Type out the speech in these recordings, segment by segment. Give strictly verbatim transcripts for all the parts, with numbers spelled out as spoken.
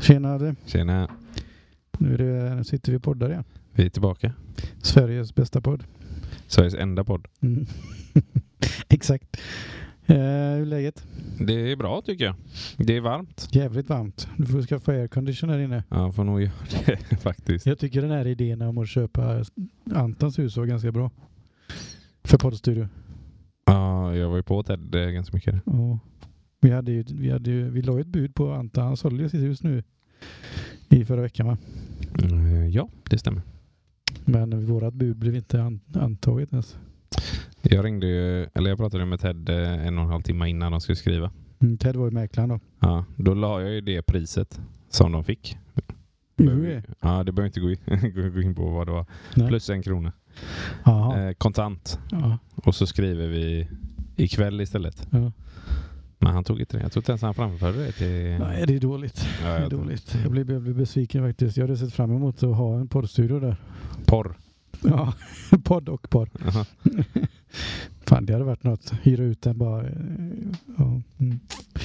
Tjena Adde. Tjena. Nu, är det, nu sitter vi och poddar igen. Vi är tillbaka. Sveriges bästa podd. Sveriges enda podd. Mm. Exakt. Eh, hur är läget? Det är bra tycker jag. Det är varmt. Jävligt varmt. Du får skaffa aircondition här inne. Ja, får nog göra det faktiskt. Jag tycker den här idén om att köpa Antons hus var ganska bra. För poddstudio. Ja, jag var ju på Ted eh, ganska mycket. Ja. Vi hade ju, vi hade ju, vi la ju ett bud på Anton. Han sålde ju sitt hus nu i förra veckan, va? Mm, ja, det stämmer. Men vårat bud blev inte an, antaget ens. Jag ringde ju, eller jag pratade med Ted eh, en och en halv timme innan de skulle skriva. Mm, Ted var ju mäklaren då. Ja, då la jag ju det priset som de fick. Mm. Ja, det behöver inte gå in, gå in på vad det var. Nej. Plus en krona. Eh, kontant. Ja. Och så skriver vi ikväll istället. Ja. Men han tog inte det. Jag tror inte ens han framförde det till... Nej, det är dåligt. Ja, det är jag dåligt. Jag blev, jag blev besviken faktiskt. Jag hade sett fram emot att ha en poddstudio där. Porr. Ja, podd och podd. Aha. Fan, det hade varit något. Hyra ut den bara. Ja, mm.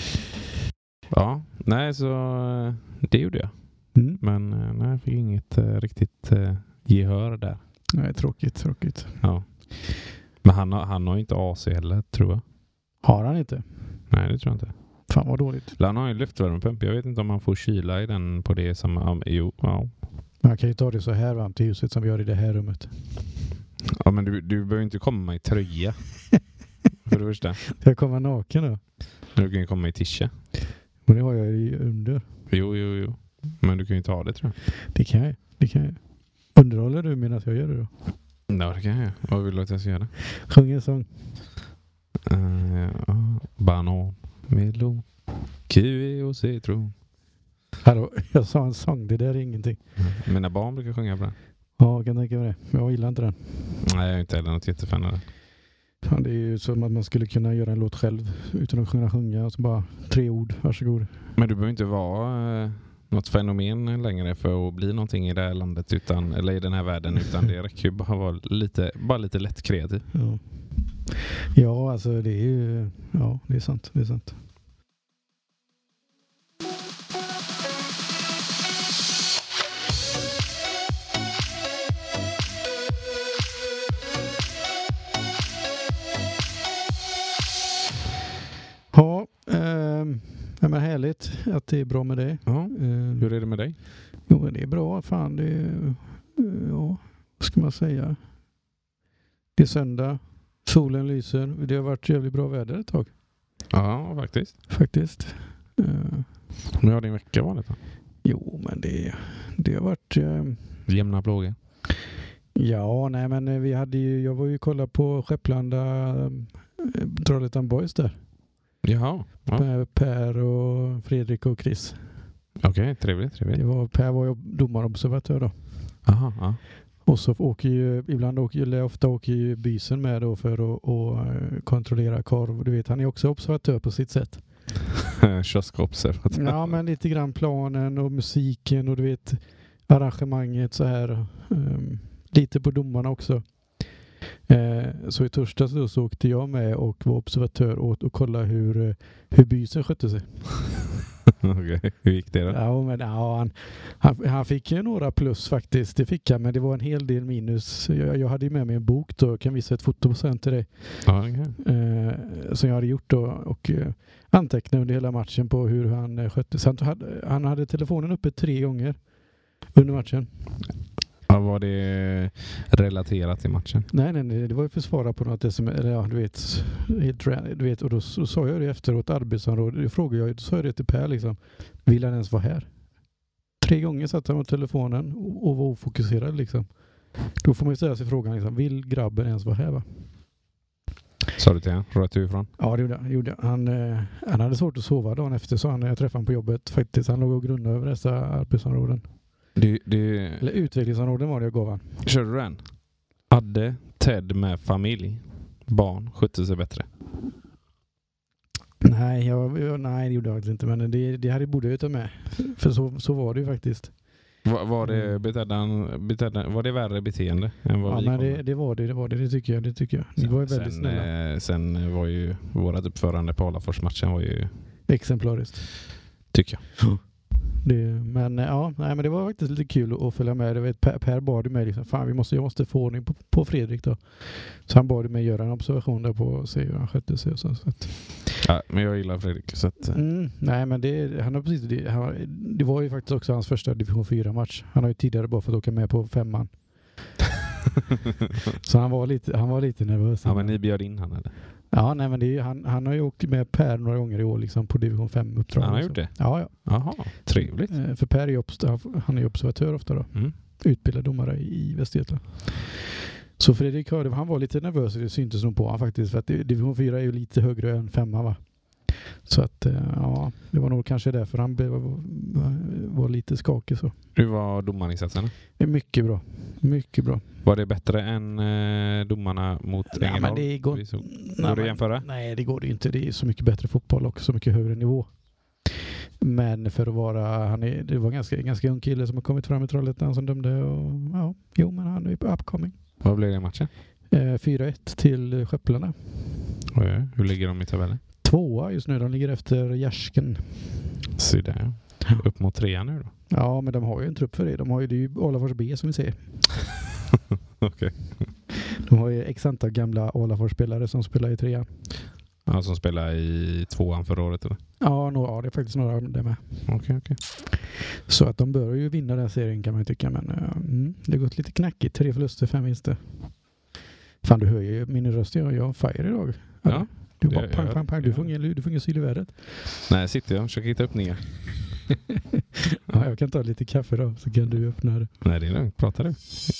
Ja, nej så det gjorde jag. Mm. Men nej, jag fick inget uh, riktigt uh, gehör där. Nej, tråkigt, tråkigt. Ja. Men han har, han har inte A C heller, tror jag. Har han inte? Nej, det tror jag inte. Fan vad dåligt. Han har ju en luftvärmepump. Jag vet inte om man får kyla i den på det som... Um, jo, ja. Man kan ju ta det så här varmt i huset som vi gör i det här rummet. Ja, men du, du behöver inte komma i tröja. För det första. Ska jag komma naken då? Du kan ju komma i tisha. Men det har jag ju under. Jo, jo, jo. Men du kan ju ta det, tror jag. Det kan jag. Det kan jag. Underhåller du medan jag gör det då? Ja, det kan jag. Vad vill du att jag ska göra? Sjung en sång. Uh, ja. Banan, melon, kiwi och citron. Hallå, jag sa en sång. Det där är ingenting. Mm. Mina barn brukar sjunga på den. Ja, jag kan tänka mig det. Jag gillar inte den. Nej, jag är inte heller något jättefan av den. Fan, det är ju som att man skulle kunna göra en låt själv utan att kunna sjunga. Och så bara tre ord, varsågod. Men du behöver inte vara eh, något fenomen längre för att bli någonting i det här landet utan, eller i den här världen, utan det räcker ju bara att vara lite, bara lite lätt kreativ. Ja. Ja, alltså det är ju... Ja, det är sant. Det är sant. Ja, eh, men härligt att det är bra med dig. Ja. Eh, Hur är det med dig? Jo, men det är bra. Fan, det är... Ja, vad ska man säga? Det är söndag. Solen lyser. Det har varit jävligt bra väder ett tag. Ja, faktiskt. Faktiskt. Uh, Hur har din vecka varit då? jo, men det, det har varit... Uh, Jämna plågor. ja, nej men vi hade ju... Jag var ju kolla på Skepplanda uh, Trollhättan Boys där. Jaha. Ja. Per, per och Fredrik och Chris. Okej, okay, trevligt, trevligt. Det var, Per var ju domarobservatör då. Aha, ja. Och så åker ju, ibland åker, eller ofta åker ju bysen med då för att och, uh, kontrollera korv. Du vet, han är också observatör på sitt sätt. Kioskobservatör. Ja, men lite grann planen och musiken och du vet arrangemanget så här. Um, lite på domarna också. Uh, så i torsdags då så åkte jag med och var observatör och, och kolla hur, uh, hur bysen skötte sig. Okej, okay. Hur gick det då? Ja, men, ja, han, han, han fick ju några plus faktiskt. Det fick han, men det var en hel del minus. Jag, jag hade ju med mig en bok då. Jag kan visa ett foto på sen till dig. Ja, okay. Uh, som jag hade gjort då och uh, antecknade under hela matchen på hur han uh, skötte sig. Han hade, han hade telefonen uppe tre gånger under matchen. Ja, var det relaterat till matchen? Nej, nej, nej. Det var ju för att svara på något som, eller ja, du vet, du vet och då så sa jag det efteråt, arbetsområde. Det frågade jag, då sa jag det till Per liksom. Vill han ens vara här? Tre gånger satt han med telefonen och, och var ofokuserad liksom. Då får man ju ställa sig frågan liksom, vill grabben ens vara här, va? Sa du till han? Röt du ifrån? Ja, det gjorde han. Gjorde. Han, eh, han hade svårt att sova dagen efter, så han, när jag träffade honom på jobbet faktiskt. Han låg och grundade över dessa arbetsområden. Du, du... Eller utvecklingsområden var det jag gav han. Körde du den? Hade Ted med familj, barn, skötte sig bättre? Nej, jag, jag, nej, det gjorde jag inte. Men det, det hade borde jag ta med. För så, så var det ju faktiskt. Var, var det beteddan, beteddan, var det värre beteende än vad ja, vi men kom det, med? det var det, det var det, det tycker jag, det tycker jag. Ni Sen, var ju väldigt sen, snälla. eh, sen var ju vårat uppförande på Alafors-matchen var ju Exemplariskt. tycker jag. Det, men ja, nej, men det var faktiskt lite kul att, att följa med. Jag vet, Per, per bad mig liksom, fan vi måste, jag måste få ordning på, på Fredrik då. Så han bad mig göra en observation där på och se hur han skötte sig och så. så att. Ja, men jag gillar Fredrik. Så att, mm, nej, men det, han har precis, det, han, det var ju faktiskt också hans första division fyra-match. Han har ju tidigare bara fått åka med på femman. Så han var lite, han var lite nervös. Ja, men ni bjöd in han eller? Ja, nej, men det är, han, han har ju åkt med Per några gånger i år liksom, på division fem-uppdrag. Han har liksom. gjort det? Ja, ja. Jaha, trevligt. Eh, För Per är ju obs- han är ju observatör ofta då. Mm. Utbildad domare i Västergötland. Så Fredrik hörde, han var lite nervös, det syntes nog på han faktiskt. För att division fyra är ju lite högre än femma va. Så att ja, det var nog kanske därför han blev, var, var lite skakig så. Hur var domarinsatserna? Det är mycket bra. Mycket bra. Var det bättre än eh, domarna mot Nej, Ängelholm? men det går, Vi så- nej, Går det att men- jämföra? Nej, det går det ju inte. Det är så mycket bättre fotboll och så mycket högre nivå. Men för att vara, han är, det var ganska, ganska ung kille som har kommit fram i Trollhättan som dömde och ja, jo men han är på upcoming. Vad blev det i matchen? Eh, fyra ett till Skepplarna. Oj, hur ligger de i tabellen? Tvåa just nu, de ligger efter Gärsken. Så där. Upp mot trean nu då? Ja, men de har ju en trupp för det. De har ju, det är ju Alafors B som vi ser. Okej. De har ju x antal gamla Alafors-spelare som spelar i trean. Ja, som spelade i tvåan förra året eller? Ja, no, ja, det är faktiskt några av dem där med. Okej, okej. Så att de bör ju vinna den serien kan man ju tycka. Men uh, mm, det har gått lite knackigt. Tre förluster, fem vinster. Fan, du hör ju min röst. Jag har fire idag. Ja. Du det bara gör pang, jag. pang, pang. Du Ja. får ingen, du får ingen syl i vädret. Nej, sitter jag och försöker hitta upp ner. Ja, jag kan ta lite kaffe då. Så kan du öppna det. Nej, det är lugnt. Pratar du?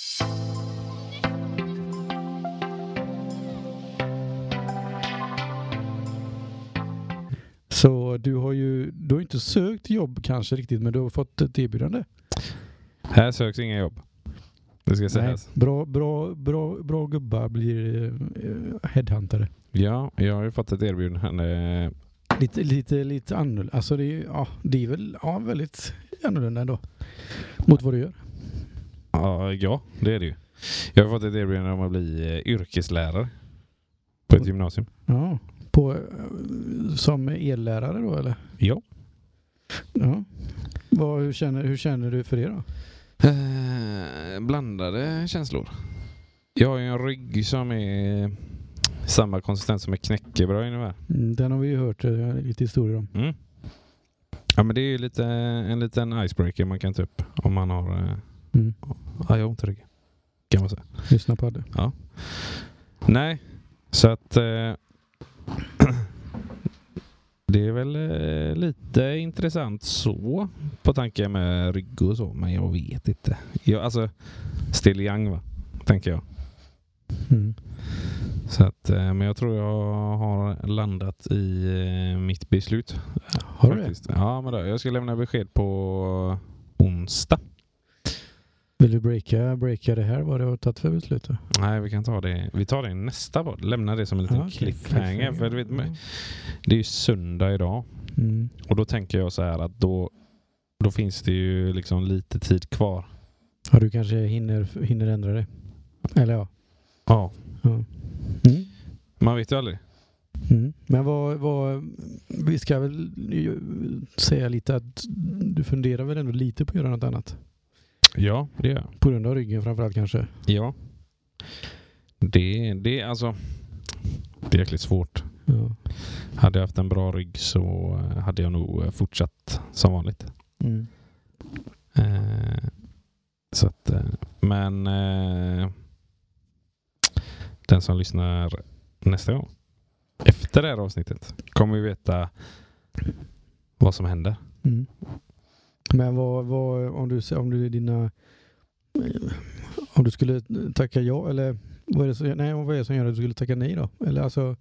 Så du har ju du har inte sökt jobb kanske riktigt, men du har fått ett erbjudande. Här söks inga jobb. Det ska sägas. Bra, bra, bra, bra gubbar blir uh, headhuntare. Ja, jag har ju fått ett erbjudande. Lite, lite, lite annorlunda. Alltså det är, ja, det är väl ja, väldigt annorlunda ändå. Mot vad du gör. Ja, ja, det är det ju. Jag har fått ett erbjudande om att bli eh, yrkeslärare på ett gymnasium. Ja, på, uh, som ellärare då eller? Ja. Ja. Vad, hur, känner, hur känner du för det då? Eh, blandade känslor. Jag har ju en rygg som är samma konsistens som ett knäckebröd ungefär. Mm, den har vi ju hört uh, lite historier om. Mm. Ja, men det är ju lite en liten icebreaker man kan ta upp om man har eh, Mm. ja, jag har ont i ryggen. Kan man säga. Lyssna på det. Ja. Nej, så att eh, det är väl eh, lite intressant så på tanke med rygg och så, men jag vet inte. Jag, alltså still young va, tänker jag. Mm. Så att, eh, men jag tror jag har landat i eh, mitt beslut. Har du faktiskt. Ja, men då, jag ska lämna besked på onsdag. Vill du breaka, breaka det här? Vad du har tagit för beslut då? Nej, vi kan ta det. Vi tar det i nästa podd. Lämna det som en liten Ah, okay. cliffhanger. cliffhanger. För du vet, det är ju söndag idag. Mm. Och då tänker jag så här att då, då finns det ju liksom lite tid kvar. Ja, du kanske hinner, hinner ändra det. Eller ja. Ja. ja. Mm. Man vet ju aldrig. Mm. Men vad, vad, vi ska väl ju säga lite att du funderar väl ändå lite på att göra något annat? Ja, det gör jag. På grund av ryggen framförallt kanske? Ja. Det, det är alltså det är jäkligt svårt. Ja. Hade jag haft en bra rygg så hade jag nog fortsatt som vanligt. Mm. Eh, så att, eh, men eh, den som lyssnar nästa gång efter det här avsnittet kommer vi veta vad som händer. Mm. Men vad, vad om du om du dina om du skulle tacka ja eller vad är det som, nej, vad är det som gör att du skulle tacka nej då? Eller alltså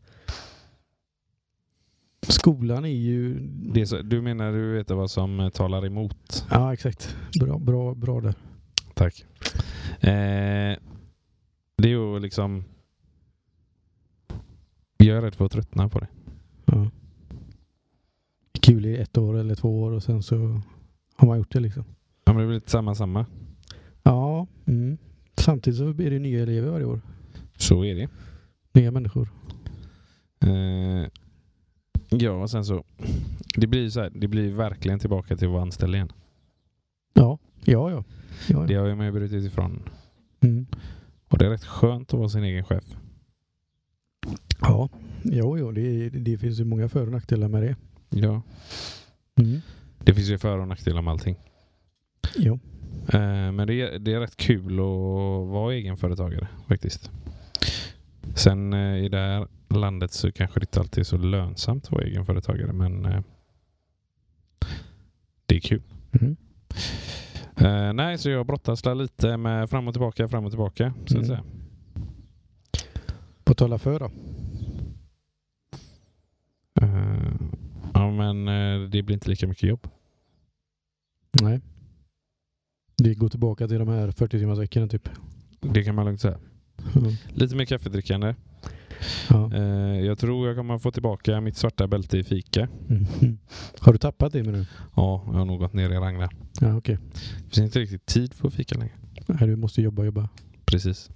skolan är ju Det är så, du menar du vet vad som talar emot? ja, exakt. Bra, bra, bra där. Tack. Eh, det är ju liksom jag är rädd för att tröttna på det. Ja. Kul i ett år eller två år och sen så har man gjort det liksom. Ja, men det blir lite samma samma. Ja. Mm. Samtidigt så blir det nya elever varje år. Så är det. Nya människor. Eh, ja, och sen så det blir så här, det blir verkligen tillbaka till att vara anställd igen. Ja, ja, ja. ja, Det ja. har jag med brutit ifrån. Mm. Och det är rätt skönt att vara sin egen chef. Ja, jo, jo det, det finns ju många för- och nackdelar med det. Ja. Mm. Det finns ju för- och nackdelar med allting. Jo. Eh, men det är, det är rätt kul att vara egenföretagare faktiskt. Sen eh, i det här landet så kanske det inte alltid är så lönsamt att vara egenföretagare, men eh, det är kul. Mm. Eh, nej, så jag brottas lite med fram och tillbaka, fram och tillbaka så att Mm. säga. På tala för då? Eh, ja, men eh, det blir inte lika mycket jobb. Nej. Det går tillbaka till de här fyrtio timmars veckorna typ. Det kan man lugnt säga. Mm. Lite mer kaffedrickande. Ja. Eh, jag tror jag kommer få tillbaka mitt svarta bälte i fika. Mm. Har du tappat det med nu? Ja, jag har nog gått ner i ranglar. Ja, okej. Det finns inte riktigt tid för att fika längre. Okay. Du måste jobba, jobba. Precis.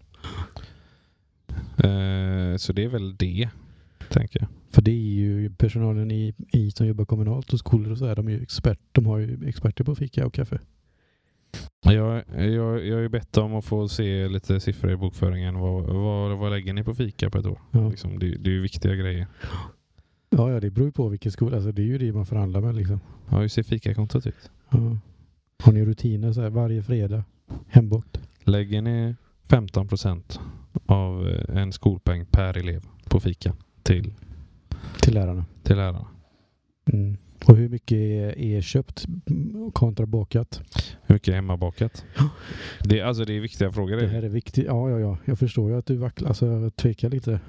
Eh, så det är väl det, tänker jag. För det är ju personalen i, i som jobbar kommunalt och skolor och så här, de är ju expert, de har ju experter på fika och kaffe. Jag, jag, jag har ju bett om att få se lite siffror i bokföringen. Vad, vad, vad lägger ni på fika på ett år? Ja. Liksom, det, det är ju viktiga grejer. Ja, ja, det beror ju på vilken skola. Alltså det är ju det man förhandlar med liksom. Ja, hur ser fikakontot ut? Ja. Har ni rutiner så här varje fredag? Hembort? Lägger ni femton procent av en skolpeng per elev på fika till, Till lärarna. till lärarna? Mm. Och hur mycket är, är köpt kontra bakat? Hur mycket är hemmabakat? Det, alltså det är viktiga frågor. Det här är viktigt. Ja, ja, ja. Jag förstår ju att du vacklar, alltså, tvekar lite.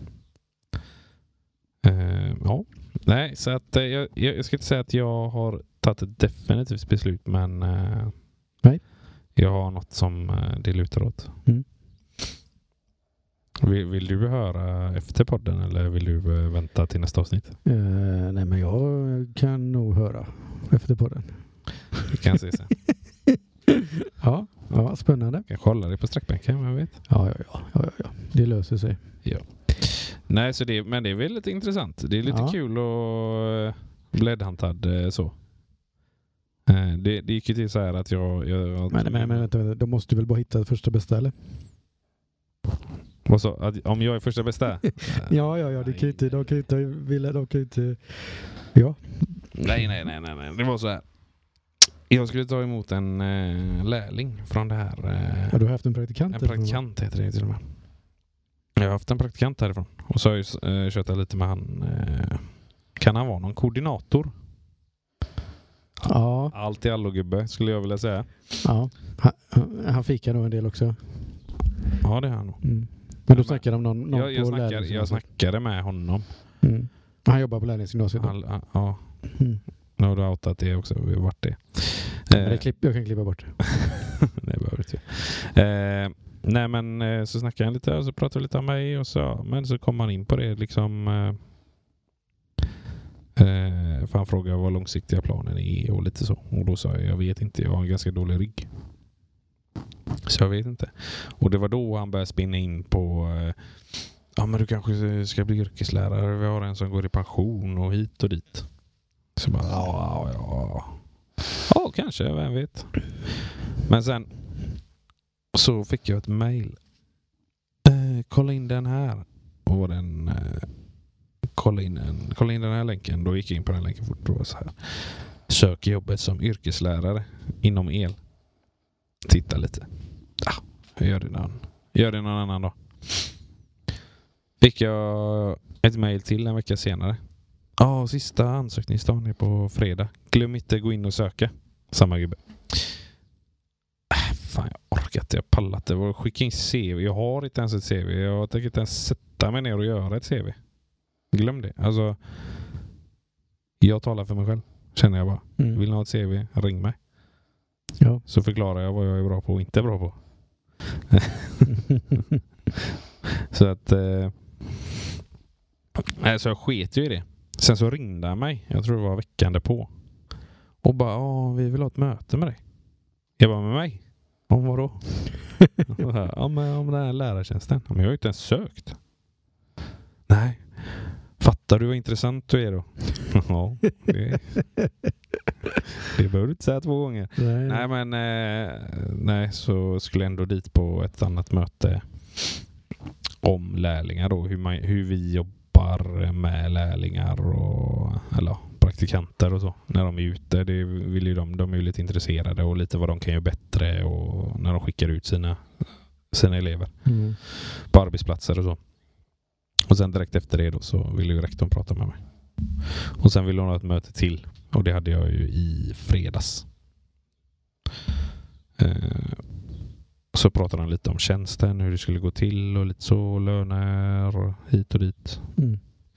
Uh, ja. Nej, så att uh, jag, jag ska inte säga att jag har tagit ett definitivt beslut, men uh, Nej. Jag har något som uh, det lutar åt. Mm. Vill, vill du höra efter podden eller vill du uh, vänta till nästa avsnitt? Uh, nej, men jag kan nog höra efter på den. Vi kan se sen. Ja, ja, spännande. Kanske hålla dig på sträckbänken, vem vet? Ja, ja, ja, ja, ja. Det löser sig. Ja. Nej, så det, men det är väl lite intressant. Det är lite Ja. kul och bläddhantad uh, så. Uh, det, det gick ju till så här att jag... jag Men, men, men vänta, vänta, då måste du väl bara hitta det första bästa, eller? Vad så? Att, om jag är första bästa? Ja, ja, ja. Det kan ju inte, de kan ju inte, vilja, de kan ju inte... Ja. Nej, nej, nej, nej, nej. Det var så här. Jag skulle ta emot en äh, lärling från det här. Äh, Ja, du har haft en praktikant? en praktikant heter det till och med. Jag har haft en praktikant härifrån. Och så har jag äh, kört lite med han. Äh, kan han vara någon koordinator? Ja. Allt i allo-gubbe skulle jag vilja säga. Ja. Han, han fick nog en del också. Ja, det har han nog. Mm. Men du snackar om någon, någon jag, jag, på snackar, jag lärlingsgymnasiet? snackade med honom. Mm. Han jobbar på lärlingsgymnasiet då? Han, han, ja, Mm. nu har du outat det också. Vi har varit det. Ja, men det klipp, jag kan klippa bort det. Det behöver du inte. Eh, nej, men eh, så snackade han lite och så pratade vi lite om mig och så, men så kom han in på det liksom. Eh, eh, för han frågade vad långsiktiga planen är och lite så. Och då sa jag, jag vet inte, jag har en ganska dålig rygg. Så jag vet inte. Och det var då han började spinna in på eh, ja, men du kanske ska bli yrkeslärare. Vi har en som går i pension och hit och dit. Så bara, ja, ja. Ja, kanske, vem vet. Men sen så fick jag ett mejl. Eh, kolla in den här. Och var den eh, kolla, in en, kolla in den här länken. Då gick jag in på den länken fort och var så här. Sök jobbet som yrkeslärare inom el. Titta lite. Ah, jag gör det någon, gör det någon annan då. Fick jag ett mejl till en vecka senare. Ja, sista ansökningsdagen är på fredag. Glöm inte gå in och söka. Samma gubbe. Äh, fan, jag orkar inte. Jag pallar inte. Jag skickar in C V. Jag har inte ens ett C V. Jag tänker inte ens sätta mig ner och göra ett C V. Glöm det. Alltså, jag talar för mig själv. Känner jag bara. Mm. Vill ni ha ett C V? Ring mig. Ja. Så förklarar jag vad jag är bra på och inte bra på. Så att... Eh, alltså jag sket ju i det. Sen så ringde han mig. Jag tror det var veckan på. Och bara, ja, vi vill ha ett möte med dig. Jag bara, med mig? Om vad då? Ja, men om den här lärartjänsten. Men jag har ju inte ens sökt. Nej. Fattar du vad intressant du är då? Ja, det är, Det behöver du inte säga två gånger. Nej, Nej men eh, nej, så skulle jag ändå dit på ett annat möte om lärlingar då. Hur, man, hur vi jobbar med lärlingar och eller, praktikanter och så. När de är ute. Det vill ju de, de är ju lite intresserade och lite vad de kan göra bättre och när de skickar ut sina, sina elever Mm. på arbetsplatser och så. Och sen direkt efter det då så ville ju rektorn prata med mig. Och sen ville hon ha ett möte till. Och det hade jag ju i fredags. Eh, så pratade han lite om tjänsten, hur det skulle gå till och lite så, löner och hit och dit. Mm.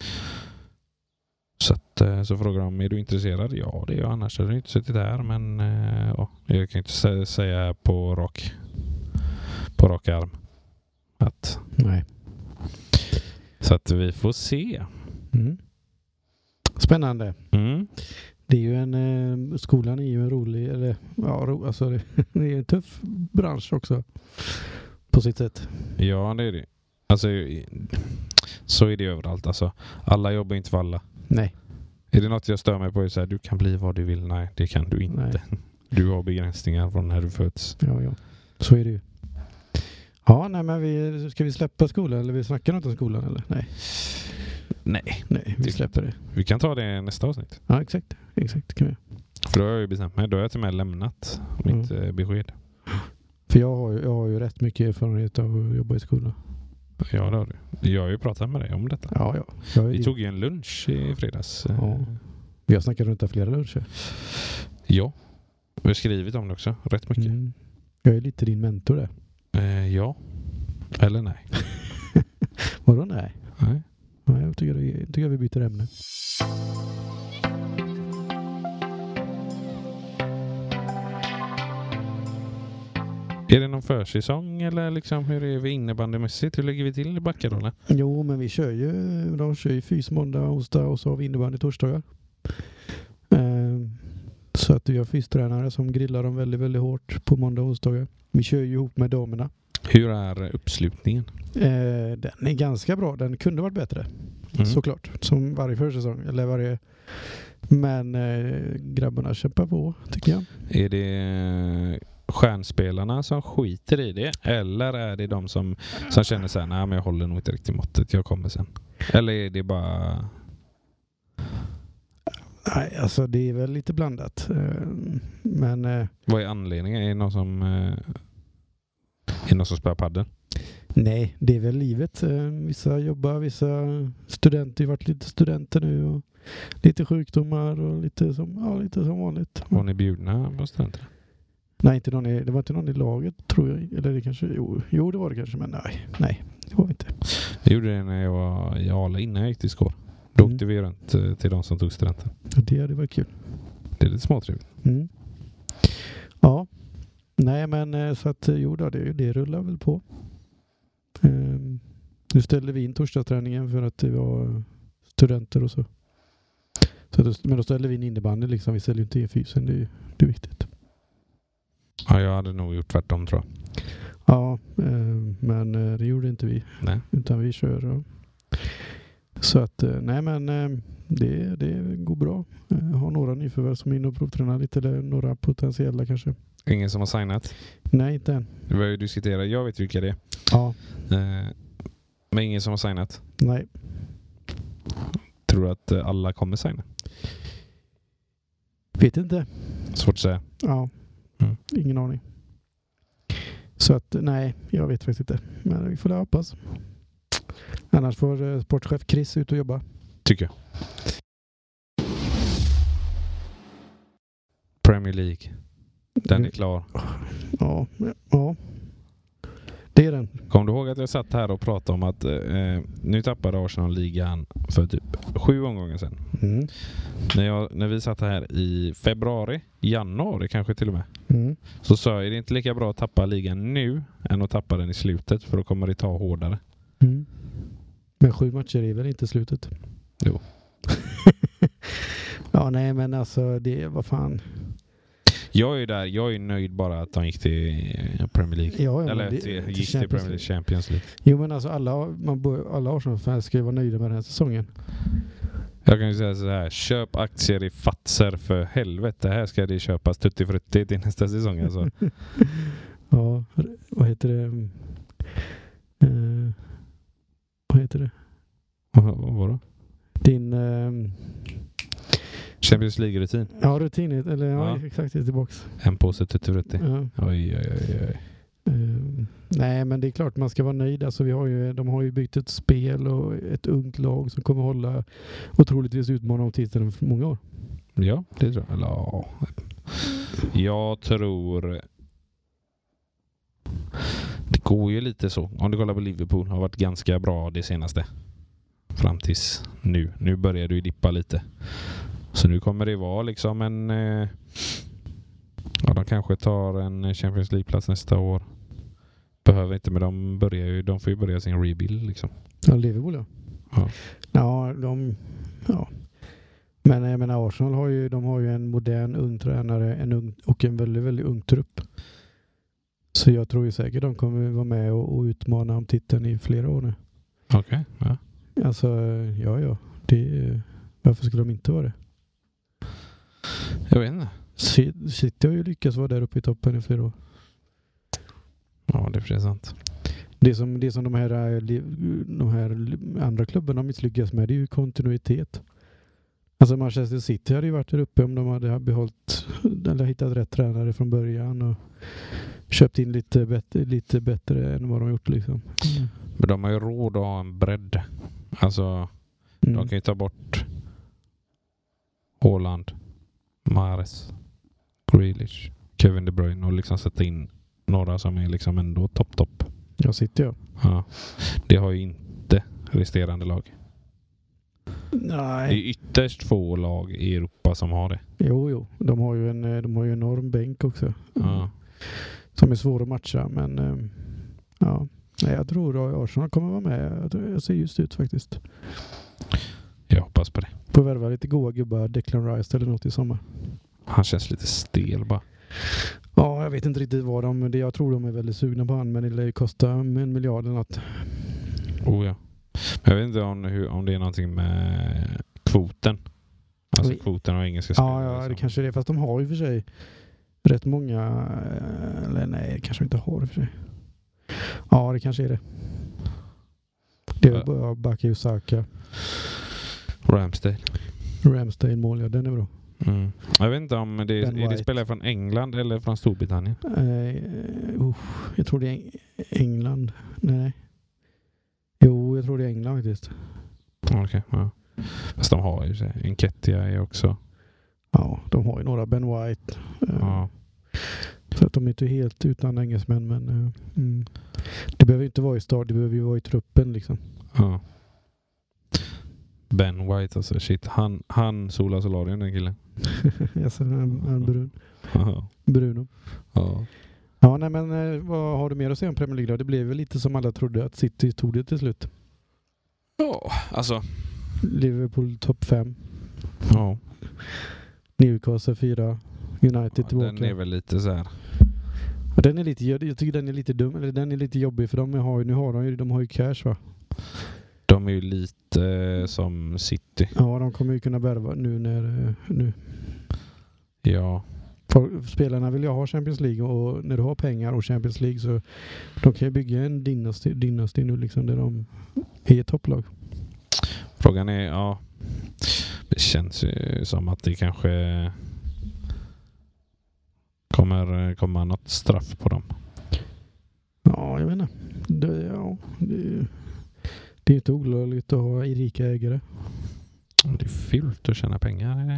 Så, att, eh, så frågade de, är du intresserad? Ja, det är jag, annars hade jag inte suttit där. Men eh, ja, jag kan inte sä- säga på rak, på rak arm att... Nej. Så att vi får se. Mm. Spännande. Mm. Det är ju en, eh, skolan är ju en rolig, eller ja, ro, alltså det, det är en tuff bransch också på sitt sätt. Ja, det är det. Alltså, så är det överallt. Alltså, alla jobbar inte för alla. Nej. Är det något jag stör mig på är så här, du kan bli vad du vill. Nej, det kan du inte. Nej. Du har begränsningar från när du föds. Ja, ja. Så är det ju. Ja, nej men vi, ska vi släppa skolan eller vi snackar något om skolan eller? Nej. Nej. Nej, vi Det- släpper det. Vi kan ta det i nästa avsnitt. Ja, exakt. Exakt, kan vi. För då har jag ju bestämt mig. Då har jag till och med lämnat mitt Mm. eh, besked. För jag har, ju, jag har ju rätt mycket erfarenhet av att jobba i skolan. Ja, det har du. Jag har ju pratat med dig om detta. Ja, ja. Jag är Vi ju- tog ju en lunch i fredags. eh, Ja. Vi har snackat runt där flera luncher. Ja. Vi har skrivit om det också. Rätt mycket. Mm. Jag är lite din mentor där. Eh, ja. Eller nej. Vadå nej? Nej. Ja, jag tycker, jag tycker vi byter ämne. Är det någon försäsong eller liksom hur är vi innebandymässigt? Hur lägger vi till i Backadalen? Jo, men vi kör ju, de kör ju fys måndag, onsdag och så har vi innebandy torsdagar. Ehm, så att vi har fystränare som grillar dem väldigt, väldigt hårt på måndag och onsdagar. Vi kör ju ihop med damerna. Hur är uppslutningen? Ehm, den är ganska bra. Den kunde varit bättre. Mm. Såklart. Som varje försäsong. Eller varje... Men eh, grabbarna kämpar på, tycker jag. Är det stjärnspelarna som skiter i det? Eller är det de som, som känner så här, nej men jag håller nog inte riktigt måttet, jag kommer sen? Eller är det bara... Nej, alltså det är väl lite blandat. Ehm, men... Eh, Vad är anledningen? Är det någon som, eh, är det någon som spelar padel? Nej, det är väl livet. Eh, Vissa jobbar, vissa studenter har varit lite studenter nu och lite sjukdomar och lite som, ja, lite som vanligt. Var ni bjudna på studenter? Nej, inte någon i, det var inte någon i laget tror jag. Eller det kanske, jo, jo det var det kanske, men nej, nej, det var vi inte. Jag gjorde det när jag var i Ale innan jag gick till Skår. Då Mm. åkte vi runt eh, till de som tog studenten. Så det hade varit kul. Det är lite småtrevligt. Mm. Ja, nej men eh, så att eh, jo då, det, det rullar väl på. Ehm, nu ställde vi in torsdagsträningen för att det var studenter och så. så då, men då ställde vi in innebandy liksom. Vi ställde ju inte e-fysen, det, är ju- det är viktigt. Ja, jag hade nog gjort tvärtom tror jag. Ja, ehm, men eh, det gjorde inte vi. Nej. Utan vi kör. Ja. Så att, eh, nej men eh, det, det går bra. Jag har några nyförvärv som är inne och provtränar lite. Eller några potentiella kanske. Ingen som har signat? Nej, inte än. Vi har ju diskuterat, jag vet vilka det är. Ja, Eh, men ingen som har signat. nej. Tror du att eh, alla kommer signa? Vet inte. Svårt att säga. Ja, Mm. ingen aning. Så att nej, jag vet faktiskt inte. Men vi får la hoppas. Annars får eh, sportchef Chris ut och jobba. Tycker jag. Premier League. Den är klar. Ja, ja. Det är den. Kom du ihåg att jag satt här och pratade om att eh, nu tappade Arsenal ligan för typ sju omgångar sedan. Mm. När, jag, när vi satt här i februari, januari kanske till och med, Mm. så sa jag, är det inte lika bra att tappa ligan nu än att tappa den i slutet, för då kommer det ta hårdare. Mm. Men sju matcher är väl inte slutet? Jo. Ja, nej men alltså det, vad fan. Jag är ju där, jag är nöjd bara att de gick till Premier League. Ja, ja, Eller men det- till, till gick till Champions Premier League Champions League. Jo men alltså alla, man bör, alla Arsenal-fans ska ju vara nöjda med den här säsongen. Jag kan ju säga så här, köp aktier i Fatser för helvete. Här ska det köpas tutti-frutti till nästa säsong alltså. Ja, vad heter det? Uh, vad heter det? Vad var det? Din... Uh, Champions League-rutin. Ja, rutin. Eller ja, Ja. exakt, det är tillbaks. En påse tutti-frutti. Ja. Oj, oj, oj, oj. Uh, nej, men det är klart man ska vara nöjd. Alltså, vi har ju, de har ju byggt ett spel och ett ungt lag som kommer hålla och troligtvis utmana om titeln för många år. Ja, det tror jag. Eller, ja. Jag tror... Det går ju lite så. Om du kollar på Liverpool har varit ganska bra det senaste. Fram tills nu. Nu börjar du ju dippa lite. Så nu kommer det vara liksom en... Eh, ja, de kanske tar en Champions League-plats nästa år. Behöver inte, men de börjar ju, de får ju börja sin rebuild liksom. Ja, Liverpool ja. Ja. Ja, de... Ja. Men jag menar, Arsenal har ju, de har ju en modern ung tränare en ung, och en väldigt, väldigt ung trupp. Så jag tror ju säkert de kommer vara med och, och utmana om titeln i flera år nu. Okej, okay, ja. Alltså, ja, ja. Det, varför skulle de inte vara det? Jag vet inte. City har ju lyckats vara där uppe i toppen i flera år. Ja, det är sant. Det som, det som de, här, de här andra klubbarna misslyckas med, det är ju kontinuitet. Alltså Manchester City hade ju varit där uppe om de hade behållit eller hittat rätt tränare från början och köpt in lite bättre, lite bättre än vad de gjort liksom. Mm. Men de har ju råd att ha en bredd. Alltså, mm. de kan ju ta bort Haaland, Mahrez, Grealish, Kevin De Bruyne och liksom sätta in några som är liksom ändå topp topp. Jag sitter jag. Ja. Det har ju inte resterande lag. Nej. Det är ytterst få lag i Europa som har det. Jo, jo. De har ju en, de har ju en enorm bänk också. Ja. Som är svår att matcha. Men ja, jag tror att Arsenal kommer vara med. Jag ser just ut faktiskt. Jag hoppas på det. På att värva lite goa gubbar. Declan Rice eller något i sommar. Han känns lite stel bara. Ja, jag vet inte riktigt vad de... Det jag tror de är väldigt sugna på han. Men det lär ju kosta en miljard eller något. Oh ja. Men jag vet inte om, hur, om det är någonting med kvoten. Alltså Oj. Kvoten av engelska spelare. Ja, ja, det kanske är det. Fast de har ju för sig rätt många... Eller nej, det kanske de inte har för sig. Ja, det kanske är det. Det är bara Bukayo Saka. Ramsdale. Ramsdale mål, ja, den är bra. Mm. Jag vet inte om det är, är det spelare från England eller från Storbritannien. Uh, uh, jag tror det är England. Nej. Jo, jag tror det är England faktiskt. Okej, okay, ja. Fast de har ju Enketia är också. Ja, de har ju några Ben White. Uh, ja. Så att de är inte helt utan engelsmän, men uh, mm. det behöver inte vara i start, det behöver ju vara i truppen liksom. Ja. Ben White alltså, shit. Han, han Sola Solarium, den killen. Yes, han, han brun. Ja. Bruno. Ja. Ja, nej men vad har du mer att säga om Premier League då? Det blev väl lite som alla trodde att City tog det till slut. Ja, alltså. Liverpool topp fem. Ja. Newcastle fyra. United Ja, tillbaka. den är väl lite så här. Ja, den är lite, jag tycker den är lite dum. Eller den är lite jobbig för de har ju, nu har de ju, de har ju cash va? De är ju lite eh, som City. Ja, de kommer ju kunna värva nu när... Nu. Ja. För spelarna vill ju ha Champions League och när du har pengar och Champions League så de kan ju bygga en dynasty, dynasty nu liksom där de är ett topplag. Frågan är, ja, det känns ju som att det kanske kommer komma något straff på dem. Ja, jag vet inte. Det, ja, det, det är inte olagligt att ha rika ägare. Det är fult att tjäna pengar.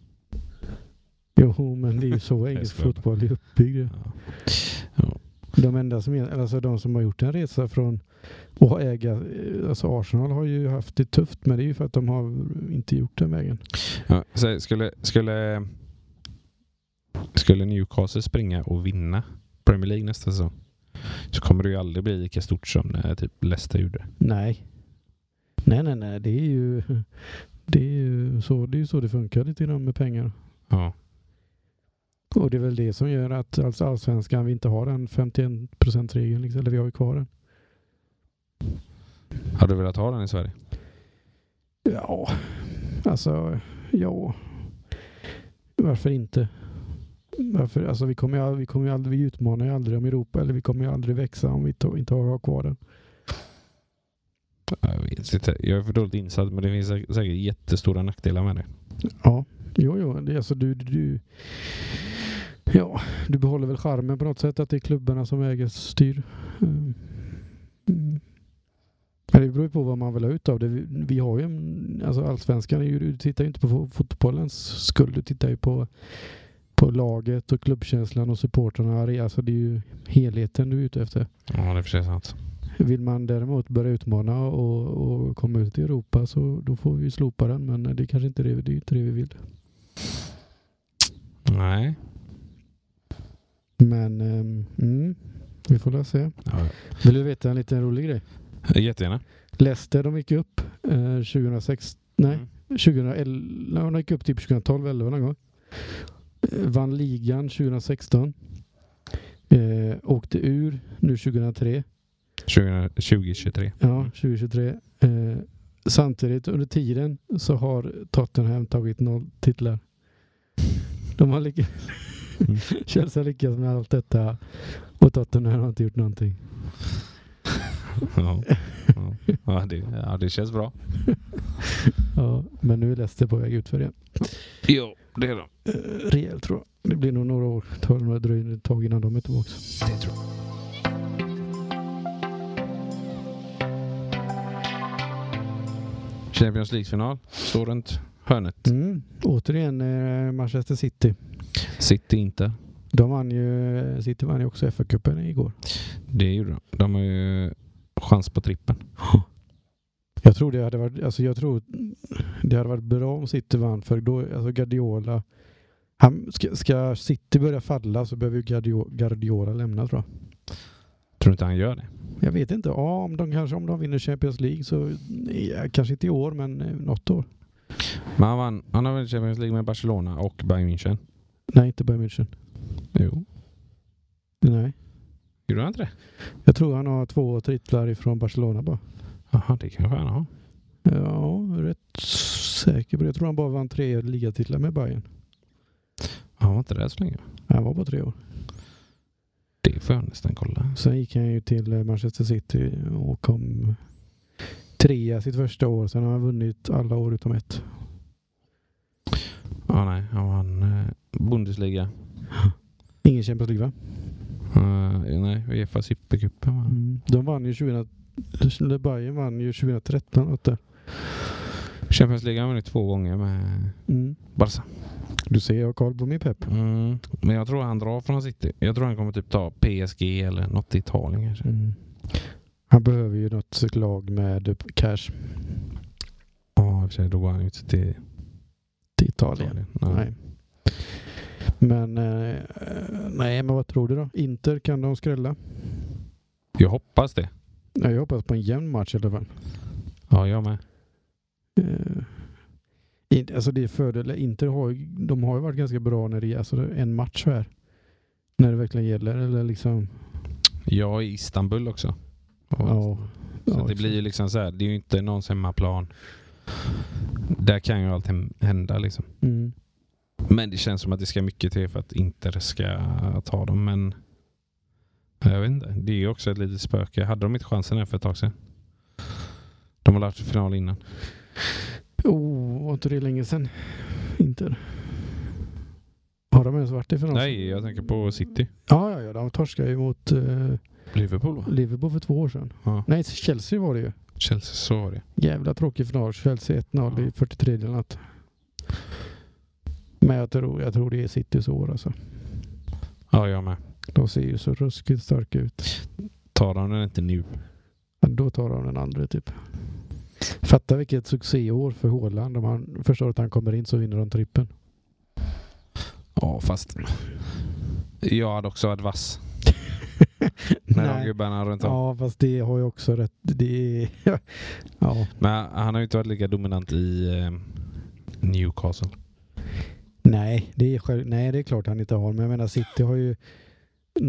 Jo, men det är ju så engelsk fotboll är uppbyggd. Ja. Ja. De enda som är, alltså de som har gjort en resa från att äga, alltså Arsenal har ju haft det tufft, men det är ju för att de har inte gjort den vägen. Ja, så skulle, skulle, skulle Newcastle springa och vinna Premier League nästa säsong så kommer det ju aldrig bli lika stort som när typ Leicester gjorde. Nej. Nej, nej, nej. Det är ju, det är ju så det, är ju så det funkar lite grann med pengar. Ja. Och det är väl det som gör att alltså allsvenskan vi inte har den femtioen procent-regeln. Liksom, eller vi har ju kvar den. Har du velat ha den i Sverige? Ja, Alltså, ja. Varför inte? Varför? Alltså vi kommer ju aldrig, vi kommer ju aldrig, vi utmanar ju aldrig om Europa, eller vi kommer ju aldrig växa om vi to, inte har kvar den. Jag vet inte. Jag är för dåligt insatt, men det finns säkert, säkert jättestora nackdelar med det. Ja, jo, jo. Det är alltså du, du, ja, du behåller väl charmen på något sätt att det är klubbarna som äger styr. Mm. Mm. Det beror ju på vad man vill ha ut av det. Vi, vi har ju, en, alltså allsvenskan, är ju, du tittar ju inte på fotbollens skull, du tittar ju på, på laget och klubbkänslan och supporterna. Alltså det är ju helheten du är ute efter. Ja, det är för sig sant. Vill man däremot börja utmana och, och komma ut i Europa, så då får vi slopa den, men det är kanske inte det, det är inte det vi vill. Nej. Men mm, vi får väl se. Ja, ja. Vill du veta en liten rolig grej? Jättegärna. Leicester, de gick upp eh, tjugohundrasex, nej, Mm. tjugohundraelva, de gick upp typ tjugotolv elva någon gång. Eh, vann ligan tjugohundrasexton. Eh, åkte ur nu tjugohundratre. tjugo tjugotre. Ja, tjugohundratjugotre. Eh, samtidigt under tiden så har Tottenham tagit noll titlar. De har lyckats. Mm. Chelsea har lyckats med allt detta och Tottenham har inte gjort någonting. Ja, ja. Ja, det, ja, det känns bra. Ja, men nu är Leicester på väg ut för det. Jo, det är de. Eh, rejält tror jag. Det blir nog några år. Det tar några dröjer ett tag innan de är tillbaka. Det tror jag. Champions League-final. Står runt hörnet. Mm. Återigen eh, Manchester City. City inte. De vann ju, City vann ju också F A-cupen igår. Det gjorde de. De har ju chans på trippen. Jag tror det hade varit, alltså jag tror det hade varit bra om City vann, för då, alltså Guardiola, han, ska, ska City börja falla så behöver ju Guardiola, Guardiola lämna, tror jag. Tror du inte han gör det? Jag vet inte, ja, om de kanske om de vinner Champions League så ja, kanske inte i år, men eh, något år. Men han, vann, han har vunnit Champions League med Barcelona och Bayern München. Nej, inte Bayern München. Jo. Nej. Gjorde han inte det? Jag tror han har två titlar ifrån Barcelona bara. Jaha, det kanske han har. Ja, rätt säker på det. Jag tror han bara vann tre ligatitlar med Bayern. Han var inte där så länge. Han var bara tre år. Det får jag nästan kolla. Sen gick han ju till Manchester City och kom trea sitt första år. Sen har han vunnit alla år utom ett. Ja, nej. Han vann eh, Bundesliga. Ingen Champions League, va? Uh, nej, UEFA Supercupen. Mm. De vann ju tjugo Bayern vann ju tjugohundratretton åtta. Champions League har vunnit två gånger med Mm. Barca. Du ser, jag har koll på min pepp. Mm. Men jag tror han drar från City. Jag tror han kommer typ ta P S G eller något i Italien kanske. Mm. Han behöver ju något lag med cash Ja, i och för sig, då går han ut till till Italien. Italien. Ja. Nej. Men eh, nej, men vad tror du då? Inter, kan de skrälla? Jag hoppas det. Nej, jag hoppas på en jämn match i alla fall. Ja, jag med. Eh, in, alltså det är fördel. Inter har ju, de har ju varit ganska bra när det är alltså en match här. När det verkligen gäller, eller liksom. Jag är i Istanbul också. Ja. Så Ja, det blir ju liksom så här, det är ju inte någons hemmaplan. Där kan ju allt hända liksom. Mm. Men det känns som att det ska mycket till för att Inter ska ta dem. Men jag vet inte. Det är ju också ett litet spöke. Hade de inte chansen här för ett tag sedan? De har lärt sig final innan. Oh, var inte det länge sedan? Inter. Har de ens varit i final? Nej, jag tänker på City. Ja, ja, ja. De torskade ju mot uh, Liverpool va? Liverpool för två år sedan. Ja. Nej, Chelsea var det ju. Chelsea, så var det. Jävla tråkig final. Chelsea ett noll Ja. i fyrtiotre eller något. Men jag tror, jag tror det är Citys år alltså. Ja, jag med. De ser ju så ruskigt starka ut. Tar de den inte nu? Ja, då tar de den andra typ. Fatta vilket succéår för Haaland. Om han förstår att han kommer in så vinner de trippen. Ja, fast jag hade också varit vass. När de gubbarna runt om. Ja, fast det har ju också rätt. Det är, ja. Men han har ju inte varit lika dominant i eh, Newcastle. Nej, det är själv, nej, det är klart han inte har. Men jag menar, City har ju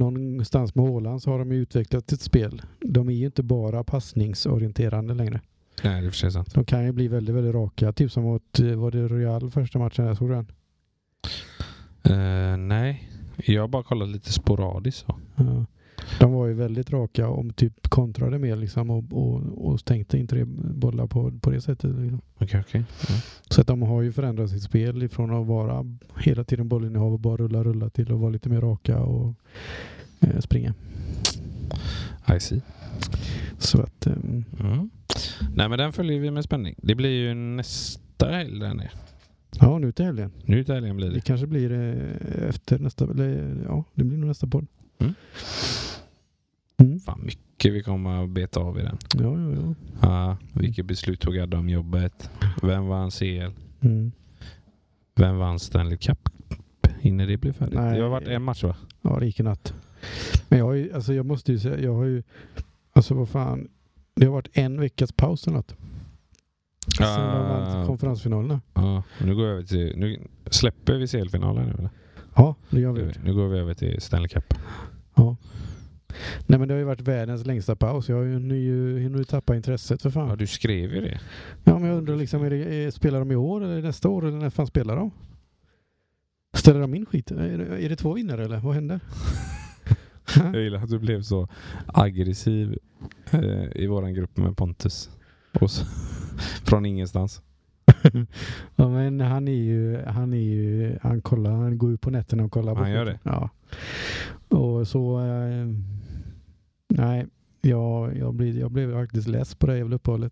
någonstans med Haaland så har de ju utvecklat ett spel. De är ju inte bara passningsorienterande längre. Nej, det är för sig sant. De kan ju bli väldigt, väldigt raka. Typ som mot, var det Real första matchen jag såg den? Uh, nej, jag har bara kollat lite sporadiskt så. Ja. De var ju väldigt raka och typ kontrade mer liksom och, och, och stänkte inte bollar på, på det sättet. Liksom. Okej, okej. Ja. Så att de har ju förändrat sitt spel ifrån att vara hela tiden bollinnehav och bara rulla, rulla till att vara lite mer raka och eh, springa. I see. Så att... Um... Mm. Nej, men den följer vi med spänning. Det blir ju nästa helg där nere. Ja, nu till helgen. Nu till helgen blir det. Det kanske blir eh, efter nästa... Eller, ja, det blir nog nästa podd. Mm. Mm. Fan, mycket vi kommer att beta av i den. Ja, ja, ja. Ja, vilket beslut tog Adde om jobbet? Vem vann C L? Mm. Vem vann Stanley Cup? Innan det blev färdigt. Nej. Det har varit en match, va? Ja, det gick en natt. Men jag har ju, alltså jag måste ju säga, jag har ju, alltså vad fan, det har varit en veckas paus eller något. Sen de vann konferensfinalerna. Ja, nu går vi över till, nu släpper vi C L-finalen nu, eller? Ja, det gör vi. Nu, nu går vi över till Stanley Cup. Ja. Nej, men det har ju varit världens längsta paus. Jag har ju nu, nu tappat intresset för fan. Ja, du skrev ju det. Ja, men jag undrar liksom, är det, är, spelar de i år eller nästa år eller när fan spelar de? Ställer de in skit? Är det, är det två vinnare eller? Vad händer? Jag gillar att du blev så aggressiv eh, i våran grupp med Pontus. Och så, från ingenstans. Ja, men han är ju, han är ju, han kollar, han går ut på nätterna och kollar på. Han gör det? Ja. Och så, eh, nej, jag, jag, blir, jag blev faktiskt less på det jävla uppehållet.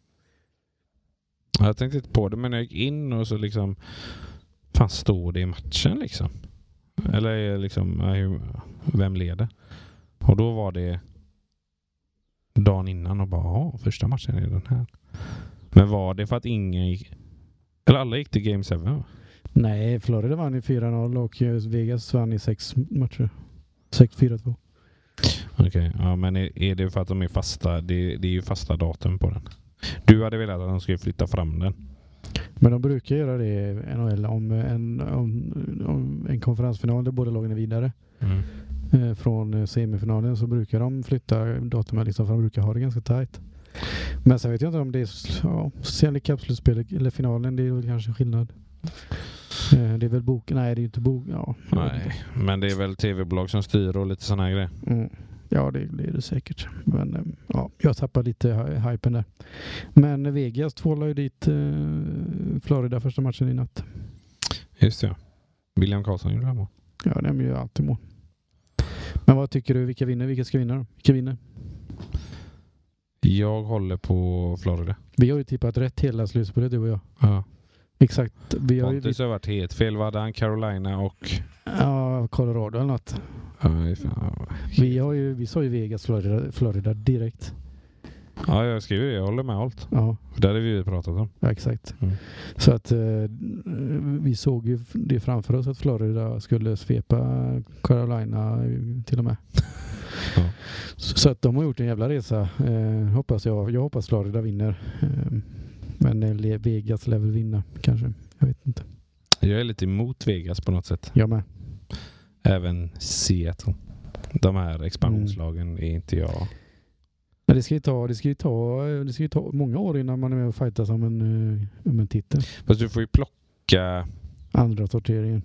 Jag tänkte inte på det, men jag gick in och så liksom, fan står det i matchen liksom? Eller liksom, vem leder? Och då var det dagen innan och bara, ja, första matchen är den här. Men var det för att ingen gick, eller alla gick till Game sju, va? Nej, Florida vann i fyra noll och Vegas vann i sex matcher. sex fyra två. Okej, okay, ja, men är, är det för att de är fasta? Det, det är ju fasta datum på den. Du hade velat att de skulle flytta fram den. Men de brukar göra det i N H L om en, om, om en konferensfinal där båda lagen är vidare. Mm. Eh, från semifinalen så brukar de flytta datumet liksom, för de brukar ha det ganska tajt. Men sen vet jag inte om det är ja, Stanley Cup-slutspelet eller finalen, det är väl kanske skillnad. Eh, det är väl bok, nej det är ju inte bok, ja. Nej, men det är väl tv-bolag som styr och lite sådana här grejer. Mm. Ja, det, det är det säkert. Men ja, jag tappar lite hypen där. Men Vegas tvålade ju dit eh, Florida första matchen i natt. Just det, ja. William Karlsson gjorde det mål. Ja, det är ju alltid mål. Men vad tycker du, vilka vinner? Vilka ska vinna då? Vilka vinner? Jag håller på Florida. Vi har ju tippat rätt hela slutspelet, du och jag. Ja. Exakt. Vi har Pontus har varit helt fel. Vad hade han? Carolina och... Ja, Colorado eller något. Ja, fan. Vi, har ju, vi sa ju Vegas, Florida, Florida direkt. Ja, jag skriver det. Jag håller med allt. Ja. Det hade vi ju pratat om. Ja, exakt. Mm. Så att eh, vi såg ju det framför oss att Florida skulle svepa Carolina till och med. Ja. Så, så att de har gjort en jävla resa. Eh, hoppas jag. Jag hoppas Florida vinner. Eh, men eh, Vegas lär väl vinna kanske. Jag vet inte. Jag är lite emot Vegas på något sätt. Jag med. Även Seattle. De här expansionslagen mm. är inte jag. Men det ska ju ta, det ska ju ta, det ska ju ta många år innan man är med och fightas om en, om en titel. Fast du får ju plocka andra sorteringen.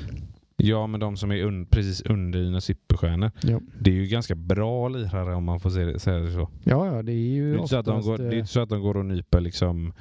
Ja, men de som är un, precis under dina superstjärnor. Ja. Det är ju ganska bra lirare om man får säga det, säga det så. Ja, ja, det är ju det är, oftast, de går, det är inte så att de går och nyper liksom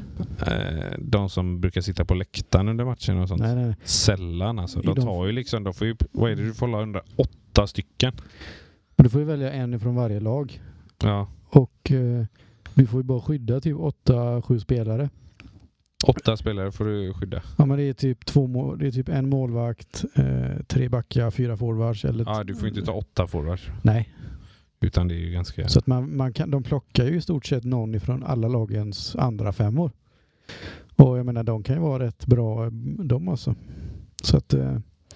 eh, de som brukar sitta på läktaren under matchen och sånt. Nej, nej. Sällan alltså. De tar ju liksom, de får ju, vad är det du får hålla under? Åtta stycken. Och du får ju välja en från varje lag. Ja. Och eh, du får ju bara skydda typ åtta, sju spelare. Åtta spelare får du skydda. Ja, men det är typ två mål, det är typ en målvakt, eh, tre backar, fyra forwards eller ja, du får inte ta åtta forwards. Nej. Utan det är ju ganska... Så att man, man kan, de plockar ju i stort sett någon ifrån alla lagens andra femmor. Och jag menar, de kan ju vara rätt bra, de alltså. Så att... Eh...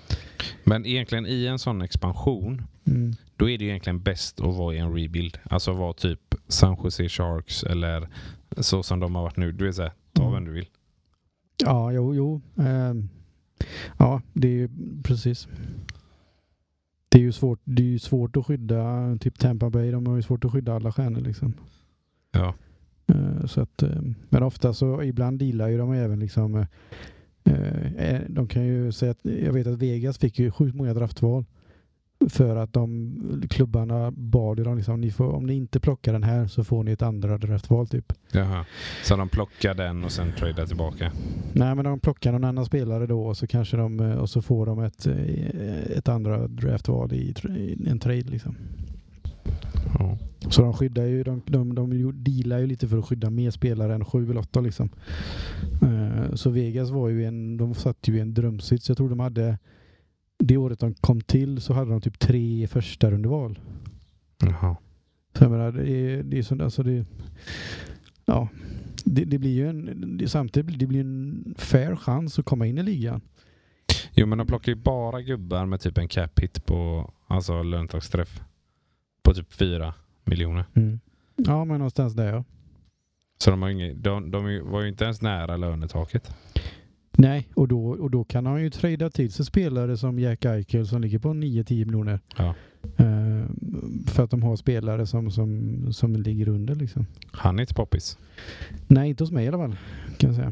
Men egentligen i en sån expansion, mm. då är det ju egentligen bäst att vara i en rebuild. Alltså vara typ San Jose Sharks eller så som de har varit nu. Du vet såhär, ta mm. vem du vill. Ja, jo, jo. Um, ja, det är ju precis. Det är ju svårt, det är ju svårt att skydda typ Tampa Bay, de har ju svårt att skydda alla stjärnor liksom. Ja. Uh, så att, uh, men ofta så ibland dealar ju de även liksom uh, uh, de kan ju säga att jag vet att Vegas fick ju sjukt många draftval för att de klubbarna bad ju dem liksom, ni får, om ni inte plockar den här så får ni ett andra draftval typ. Jaha. Så de plockar den och sen tradar tillbaka? Nej, men de plockar någon annan spelare då och så kanske de och så får de ett, ett andra draftval i, i en trade liksom. Ja. Så de skyddar ju de, de, de dealar ju lite för att skydda mer spelare än sju eller åtta liksom. Uh, så Vegas var ju en, de satt ju i en drömsits. Jag tror de hade det året de kom till så hade de typ tre första rundeval. Jaha. Så jag menar, det är, det är sånt, alltså det ja, det, det blir ju en det, samtidigt det blir en fair chans att komma in i ligan. Jo, men de plockar ju bara gubbar med typ en cap hit på alltså löntagsträff på typ fyra miljoner. Mm. Ja, men någonstans där ja. Så de, har ingen, de, de var ju inte ens nära lönetaket. Nej, och då, och då kan han ju trada till sig spelare som Jack Eichel som ligger på nio till tio miljoner. Ja. Uh, för att de har spelare som, som, som ligger under liksom. Han är inte poppis. Nej, inte hos mig i alla fall, kan jag säga.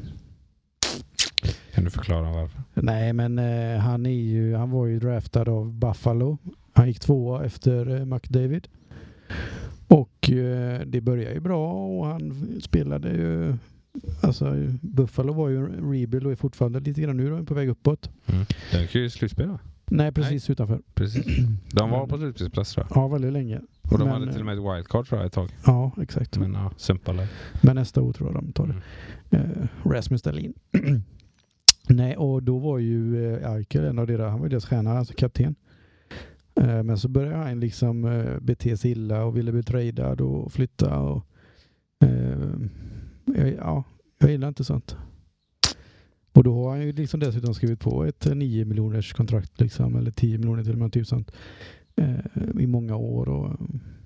Kan du förklara varför? Nej, men uh, han är ju han var ju draftad av Buffalo. Han gick tvåa efter uh, McDavid. Och uh, det började ju bra och han spelade ju alltså Buffalo var ju en rebuild och är fortfarande lite grann nu då, på väg uppåt. Mm. Den kan ju slutspela. Nej, precis Nej. utanför. Precis. De var på slutspelsplats tror jag. Ja, väldigt länge. Och de men, hade till och med ett wildcard tror jag ett tag. Ja, exakt. Men ja, sympale. Men nästa år tror jag de tar det. Mm. Uh, Rasmus Dahlin. Nej, och då var ju uh, Eichel en av deras, han var ju deras stjärna, alltså kapten. Uh, men så började han liksom uh, bete sig illa och ville bli tradad och flytta och uh, ja, jag gillar inte sånt. Och då har han ju liksom dessutom skrivit på ett nio miljoners kontrakt liksom, eller tio miljoner till och med typ sånt eh, i många år och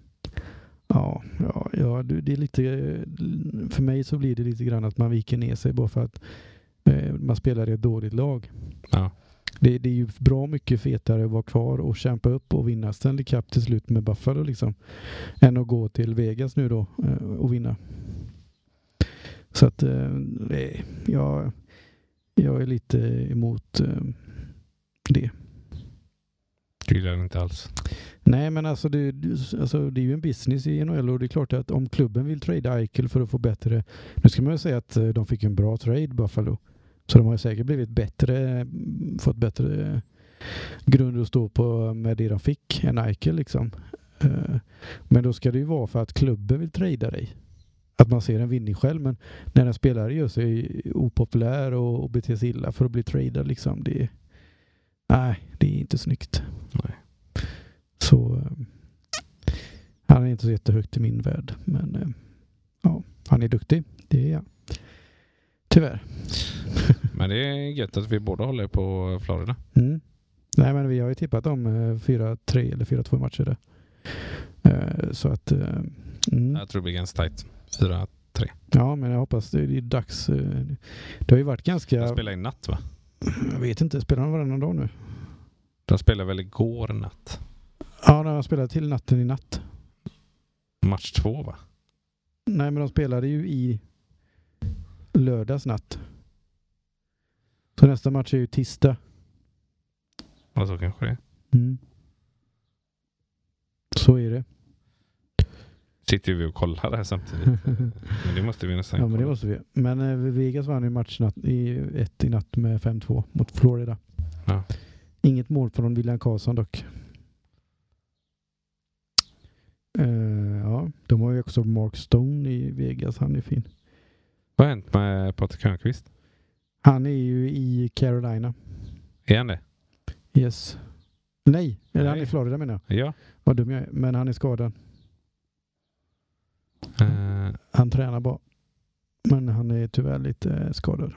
ja, ja, ja, det är lite för mig så blir det lite grann att man viker ner sig bara för att eh, man spelar i ett dåligt lag. Ja. Det, det är ju bra mycket fetare att vara kvar och kämpa upp och vinna Stanley Cup till slut med Buffalo liksom, än att gå till Vegas nu då eh, och vinna. Så att eh, jag, jag är lite emot eh, det. Du gillar det inte alls? Nej, men alltså det, alltså det är ju en business i N H L och det är klart att om klubben vill trada Eichel för att få bättre... Nu ska man ju säga att de fick en bra trade, Buffalo. Så de har ju säkert blivit bättre, fått bättre grund att stå på med det de fick än Eichel liksom. Men då ska det ju vara för att klubben vill trada dig. Att man ser en vinning själv, men när en spelare gör sig opopulär och, och beter sig illa för att bli tradad liksom, det är, nej, det är inte snyggt. Nej. Så äh, han är inte så jättehögt i min värld, men äh, ja, han är duktig, det är jag. Tyvärr. Men det är gött att vi båda håller på Florida. Mm. Nej, men vi har ju tippat om äh, fyra tre eller fyra två matcher där. Äh, så att äh, mm. Jag tror det blir ganska tajt. fyra tre. Ja, men jag hoppas det är dags. Det har ju varit ganska... De spelar i natt, va? Jag vet inte, spelar de varannan dag nu? De spelar väl igår natt? Ja, de har spelat till natten i natt. Match två, va? Nej, men de spelade ju i lördags natt. Så nästa match är ju tisdag. Ja, så kanske det. Mm. Så är det. Sitter vi och kollar här samtidigt. Men det måste vi nästan Ja, men det måste vi. Men eh, Vegas vann ju matchen i ett i natt med fem två mot Florida. Ja. Inget mål från William Karlsson dock. Uh, ja, de har ju också Mark Stone i Vegas. Han är fin. Vad har hänt med Patrik Hörnqvist? Han är ju i Carolina. Är han det? Yes. Nej, eller Nej. han är i Florida menar jag. Ja. Vad dum jag är. Men han är skadad. Uh, han tränar bara. Men han är tyvärr lite eh, skadad.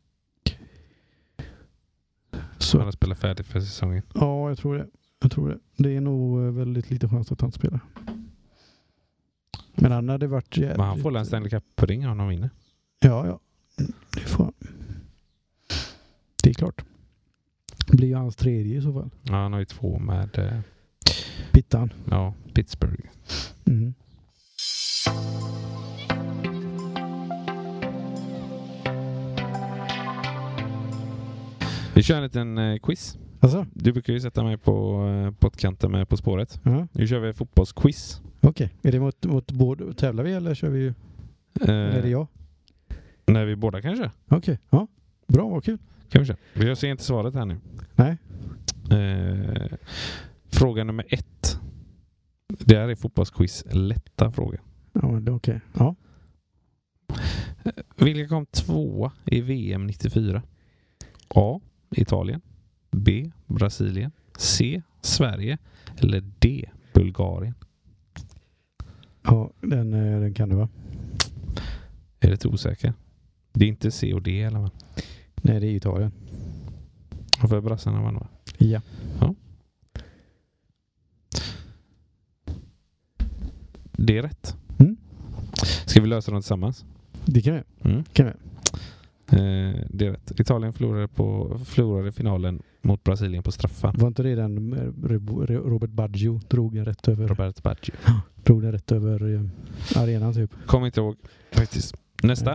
Så. Han har spelat färdigt för säsongen. Ja, jag tror det. Jag tror det. Det är nog eh, väldigt lite chans att han spelar. Men han hade varit jävligt... Men han får en Stanley Cup-ring om han vinner. Ja, ja. Det får han. Det är klart. Det blir ju hans tredje i så fall. Ja, han har ju två med... Eh, Pittan. Ja, Pittsburgh. Mm. Vi kör en liten eh, quiz. Alltså? Du brukar ju sätta mig på eh, pottkanten med På spåret. Ja. Nu kör vi fotbollsquiz. Okej. Okay. Är det mot, mot båda? Tävlar vi eller kör vi? Eh, Eller är det jag? När vi båda kan köra. Okej. Okay. Ja. Bra, vad kul. Kan vi köra. Jag ser inte svaret här nu. Nej. Eh, fråga nummer ett. Det här är fotbollsquiz. Lätta frågor. Ja, men det är okej. Okay. Ja. Vilka kom tvåa i V M nittiofyra? A. Italien. B. Brasilien. C. Sverige. Eller D. Bulgarien. Ja, den, den kan det vara. Är det lite osäker? Det är inte C och D eller vad? Nej, det är Italien. Och för brassarna vann va? Ja. Ja. Det är rätt. Mm. Ska vi lösa dem tillsammans? Det kan vi. Mm. Kan vi. Eh, det är rätt. Italien förlorade, på, förlorade finalen mot Brasilien på straffar. Var inte det den Robert Baggio drog den rätt över? Robert Baggio. Drog den rätt över eh, arenan typ. Kommer inte ihåg faktiskt. Nästa.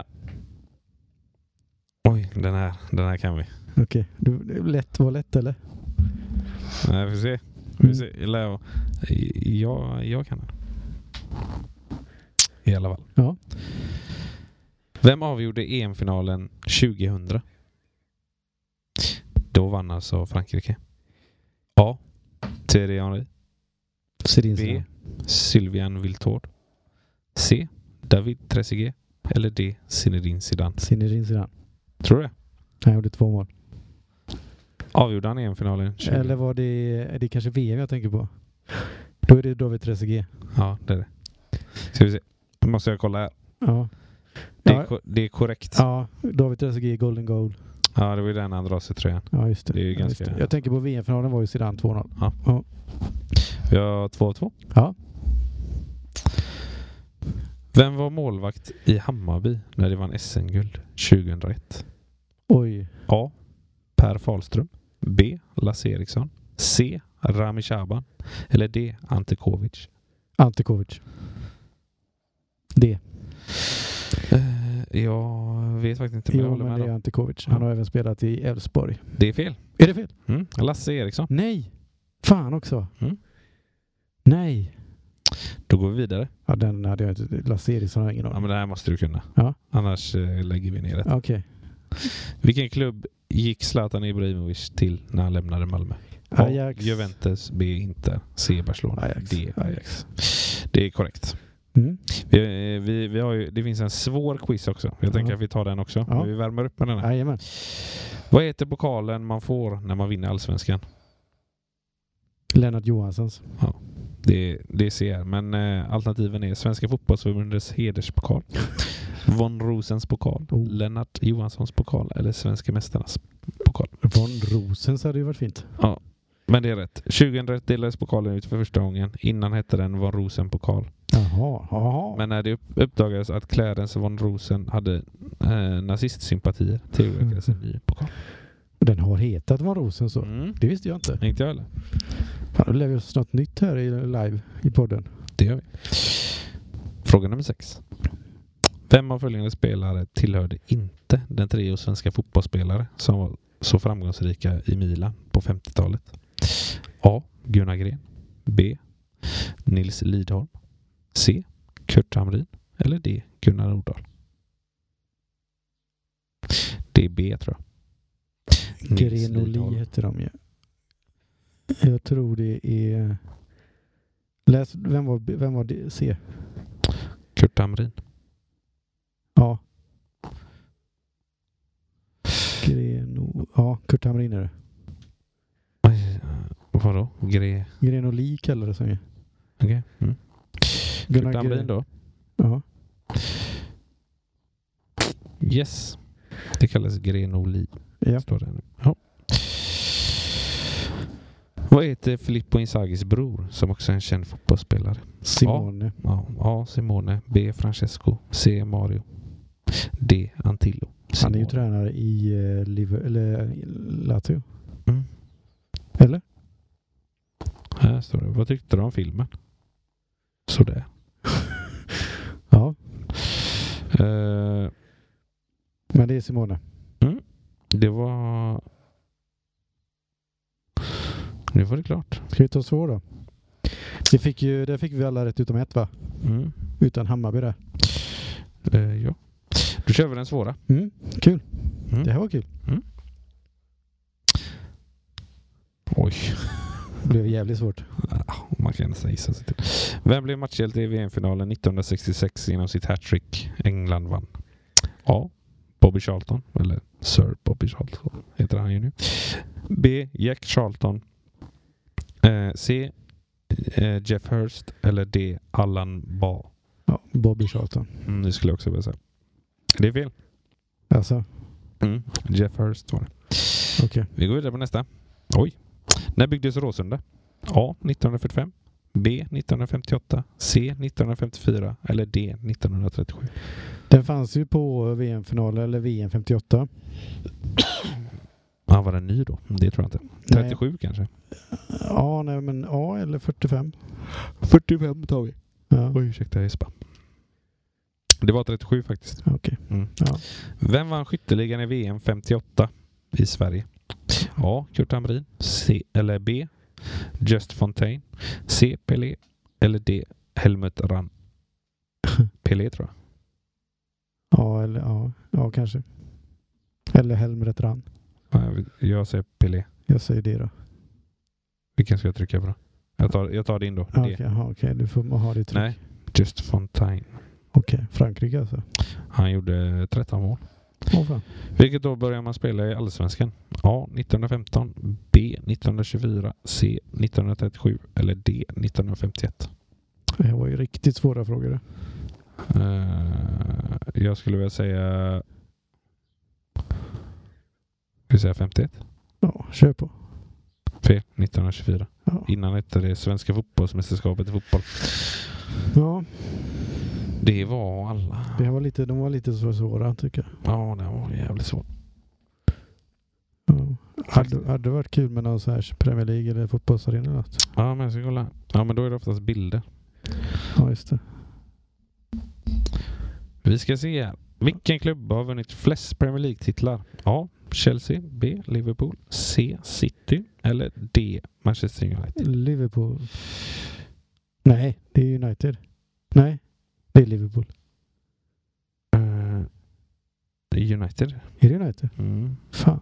Oj, den här, den här kan vi. Okej. Okay. Lätt var lätt eller? Nej, vi får se. Vi får se. Eller, ja, jag, jag kan den. I alla fall. Ja. Vem avgjorde E M-finalen tjugohundra? Då vann alltså Frankrike. A. Thierry Henry. B. Sylvain Wiltord. C. David Trezeguet. Eller D. Zinedine Zidane. Zinedine Zidane. Tror du det? Han gjorde två mål. Avgjorde han E M-finalen tjugo? Eller var det, är det kanske V M jag tänker på? Då är det David Trezeguet. Ja, det är det. Ska vi se. Nu måste jag kolla här. Ja. Det Ja. är, ko- det är korrekt. Ja, David Trezeguet, golden goal. Ja, det var ju den han drar sig tröjan. Ja, just det. Det är ju ja, ganska... det. Jag tänker på V M-finalen var ju Zidane två noll. Ja. Ja. Vi har två av två. Ja. Vem var målvakt i Hammarby när det vann S M-guld tjugohundraett? Oj. A. Per Fahlström. B. Lasse Eriksson. C. Rami Shaban. Eller D. Ante Kovic. Ante Kovic. D. Uh, jag vet faktiskt inte. Men jag Jo, håller men med det är då. Ante Kovic. Han Ja. har även spelat i Elfsborg. Det är fel. Är det fel? Mm. Lasse Eriksson. Nej. Fan också. Mm. Nej. Då går vi vidare. Ja, den hade jag inte. Lasse Eriksson har ingen Ja, aning. men det här måste du kunna. Ja. Annars uh, lägger vi ner det. Okej. Vilken klubb gick Zlatan Ibrahimovic till när han lämnade Malmö? A. Ajax. Juventus. B. Inter. C. Barcelona. Ajax. D. Ajax. Det är korrekt. Mm. Vi, vi, vi har ju, det finns en svår quiz också. Jag tänker Ja. att vi tar den också. Ja. Vi värmer upp med den här. Jajamän. Vad heter pokalen man får när man vinner Allsvenskan? Lennart Johanssons. Det, det ser men eh, alternativen är Svenska fotbollsförbundets hederspokal, Von Rosens pokal, Oh. Lennart Johanssons pokal eller Svenska mästarnas pokal. Von Rosens hade ju varit fint. Ja, men det är rätt. tjugohundraett delades pokalen ut för första gången. Innan hette den Von Rosen pokal. Jaha, jaha. Men när det upp, uppdagades att Clarence Von Rosen hade eh, nazistsympatier tillverkades en ny pokal. Den har hetat Von Rosen så. Mm. Det visste jag inte. Inte jag heller. Fan, då lär vi oss något nytt här i live i podden. Det gör vi. Fråga nummer sex. Vem av följande spelare tillhörde inte den trio svenska fotbollsspelare som var så framgångsrika i Milan på femtiotalet? A. Gunnar Gren. B. Nils Lidholm. C. Kurt Hamrin. Eller D. Gunnar Nordahl. Det är B tror jag. Nils Grenoli Lidholm. heter de ju. Jag tror det är... Läs, vem var, vem var det? C? Kurt Hamrin. Ja. Greno... Ja, Kurt Hamrin är det. Oj, vadå? Gre... Grenoli kallar det som ju. Okej. Okay. Mm. Gunnar Kurt Hamrin Gren- då? Ja. Yes. Det kallas Grenoli. Ja. Står det nu. Ja. Vad heter Filippo Inzagis bror som också är en känd fotbollsspelare? Simone. Ja. A. Simone. B. Francesco. C. Mario. D. Antillo. Han är ju Simone. tränare i uh, Liver, eller Lazio. Mm. Eller? Här står det. Vad tyckte du om filmen? Sådär. Ja. Uh, Men det är Simone. det var Nu var det klart. Ska vi ta svår då? Vi fick ju, där fick vi alla rätt utom ett, va? Mm. Utan Hammarby där. Eh, ja. Då kör vi den svåra. Mm, kul. Mm. Det här var kul. Mm. Oj. Det blev jävligt svårt. Ah, man kan nästan gissa sig till. Vem blev matchhjälte i V M-finalen nittonhundrasextiosex genom sitt hattrick? England vann. A. Bobby Charlton. Eller Sir Bobby Charlton heter han ju nu. B. Jack Charlton. Eh, C. Eh, Jeff Hurst. Eller D. Allan Ba. Ja, Bobby Charlton. Mm, det skulle jag också vilja säga. Det är fel. Alltså, Mm. Jeff Hurst var det. okej. Vi går vidare på nästa. Oj. När byggdes Råsunda? A. nittonhundrafyrtiofem. B. nittonhundrafemtioåtta. C. nittonhundrafemtiofyra. Eller D. nittonhundratrettiosju. Den fanns ju på V M-finalen eller V M femtioåtta. Ja, var den ny då? Det tror jag inte. trettiosju Nej. kanske. Ja, nej men A eller fyrtiofem. fyrtiofem tar vi. Ja, Oj, ursäkta, jag spa. Det var trettiosju faktiskt. okej. Mm. Ja. Vem vann skytteligan i V M femtioåtta i Sverige? A. Kurt Hamrin. C. Eller B. Just Fontaine. C. Pelé. Eller D. Helmut Rann. Pelé tror jag. Ja, eller ja, ja kanske. Eller Helmut Rann. Ja, jag vet- Jag säger Pelé. Jag säger det då. Vilken ska jag trycka på då? Jag tar, jag tar din då. Ja, D. okej, ja, okej, du får ha det tryck. Nej. Just Fontaine. Okej, Frankrike alltså. Han gjorde tretton mål. Åh fan. Vilket då börjar man spela i Allsvenskan? A. nittonhundrafemton. B. nittonhundratjugofyra. C. nittonhundratrettiosju. Eller D. nittonhundrafemtioett. Det var ju riktigt svåra frågor. Uh, jag skulle vilja säga... Ska vi säga femtioett? Ja, kör på. Fel. nittonhundratjugofyra. Ja. Innan hette det Svenska fotbollsmästerskapet i fotboll. Ja, Det var alla. det här var lite, de var lite så svåra tycker jag. Ja, det var jävligt svårt. Ja. Hade, hade det varit kul med någon så här Premier League eller fotbollsarena eller något? Ja, men jag ska kolla. Ja, men då är det oftast bilder. Ja, just det. Vi ska se här. Vilken klubb har vunnit flest Premier League-titlar? A. Chelsea. B. Liverpool. C. City. Eller D. Manchester United. Liverpool. Nej, det är United. Nej, det är Liverpool. Uh, United. Är det United? Mm. Fan.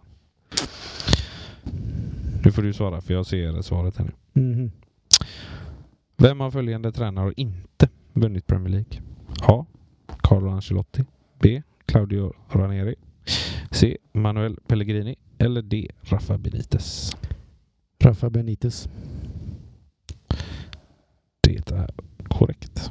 Nu får du svara för jag ser svaret här nu. Mhm. Vem av följande tränare har inte vunnit Premier League? A. Carlo Ancelotti. B. Claudio Ranieri. C. Manuel Pellegrini. Eller D. Rafa Benitez. Rafa Benitez. Det är korrekt.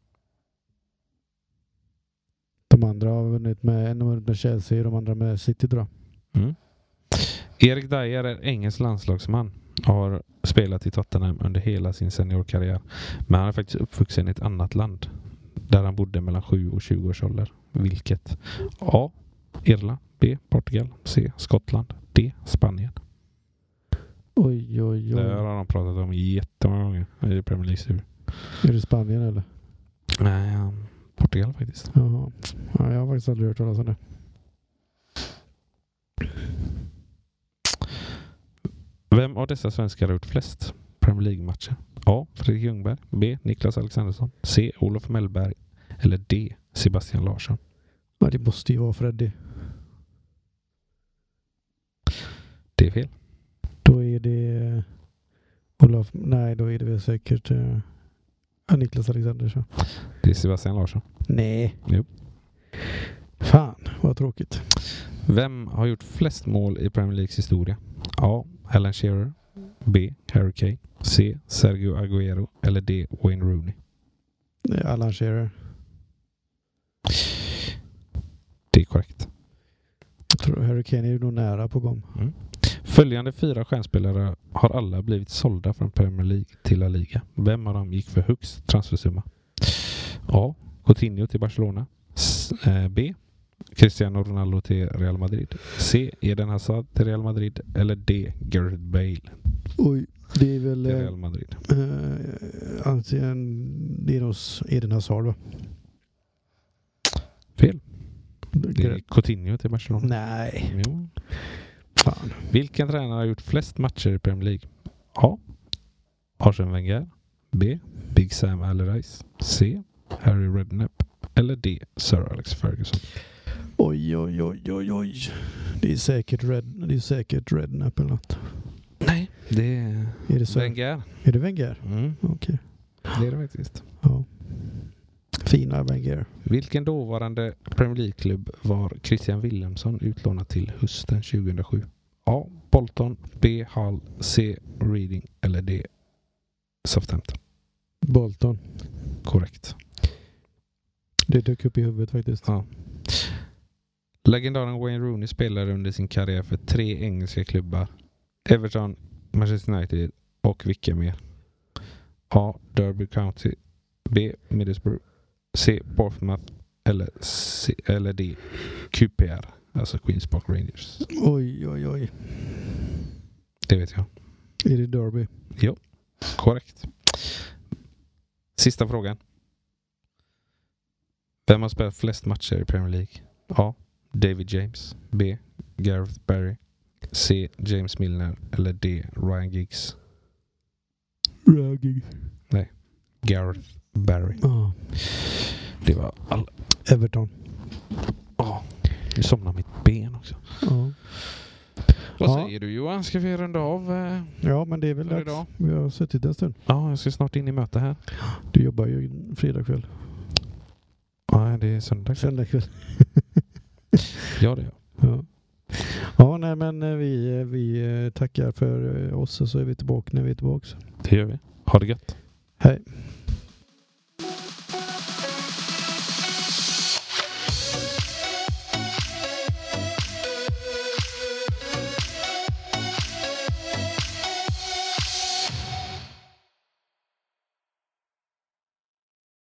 De andra har vunnit med, en har vunnit med Chelsea och de andra med City tror jag. Mm. Erik Dyer är engelsk landslagsman och har spelat i Tottenham under hela sin seniorkarriär. Men han är faktiskt uppvuxen i ett annat land där han bodde mellan sju och tjugo års ålder. Vilket? A. Irland. B. Portugal. C. Skottland. D. Spanien. Oj, oj, Det oj. har de pratat om jättemånga gånger i Premier League. Är det Spanien eller? Nej, um, Portugal faktiskt. Jaha. Ja, jag har faktiskt aldrig hört talas om det. Vem av dessa svenskar har gjort flest Premier League-matcher? A. Fredrik Ljungberg. B. Niklas Alexandersson. C. Olof Mellberg. Eller D. Sebastian Larsson. Ja, det måste ju vara Freddy. Det är fel. Då är det Olof. Nej, då är det väl säkert uh, Niklas Alexandersson. Det är Sebastian Larsson. Nej. Jo. Fan, vad tråkigt. Vem har gjort flest mål i Premier Leagues historia? A. Alan Shearer. B. Harry Kane. C. Sergio Aguero. Eller D. Wayne Rooney. Det är Alan Shearer. Det är korrekt. Jag tror Harry Kane är ju nog nära på gång. Mm. Följande fyra stjärnspelare har alla blivit sålda från Premier League till La Liga. Vem av dem gick för högst transfersumma? A. Coutinho till Barcelona. S- eh, B. Cristiano Ronaldo till Real Madrid. C. Eden Hazard till Real Madrid. Eller D. Gareth Bale Oj, det är väl till eh, Real Madrid. eh, antingen det är nog Eden Hazard va? Fel. Det är Coutinho till Barcelona. Nej, Jo. fan. Vilken tränare har gjort flest matcher i Premier League? A. Arsene Wenger. B. Big Sam Allardyce. C. Harry Redknapp. Eller D. Sir Alex Ferguson. Oj, oj, oj, oj, oj. Det är säkert Red, det är säkert Redknapp eller något. Nej, det är, Är det så? Wenger. Är det Wenger? Mm, Okej. det är det faktiskt. Ja. Fina Wenger. Vilken dåvarande Premier League-klubb var Christian Wilhelmsson utlånad till hösten tjugohundrasju? A. Bolton. B. Hull. C. Reading. Eller D. Southampton. Bolton. Korrekt. Det dök upp i huvudet faktiskt. Ja. Legendaren Wayne Rooney spelade under sin karriär för tre engelska klubbar. Everton, Manchester United och vilka mer? A. Derby County. B. Middlesbrough. C. Bournemouth. Eller, C, eller D. Q P R. Alltså Queens Park Rangers. Oj, oj, oj. Det vet jag. Är det Derby? Jo, korrekt. Sista frågan. Vem har spelat flest matcher i Premier League? A. David James. B. Gareth Barry. C. James Milner. Eller D. Ryan Giggs. Raging. Nej. Gareth Barry. Ja. Det var all... Everton. Ja. Nu somnar mitt ben också. Ja. Vad Ja. säger du Johan? Ska vi runda av? Eh? Ja, men det är väl För dags. idag? Vi har suttit en stund. Ja, jag ska snart in i möte här. Du jobbar ju fredag kväll. Ja, det är söndag. Söndag kväll. Ja, det är jag. Ja. Ja, nej men eh, vi, eh, vi eh, tackar för eh, oss och så är vi tillbaka när vi är tillbaka. Det gör vi. Ha det gött. Hej.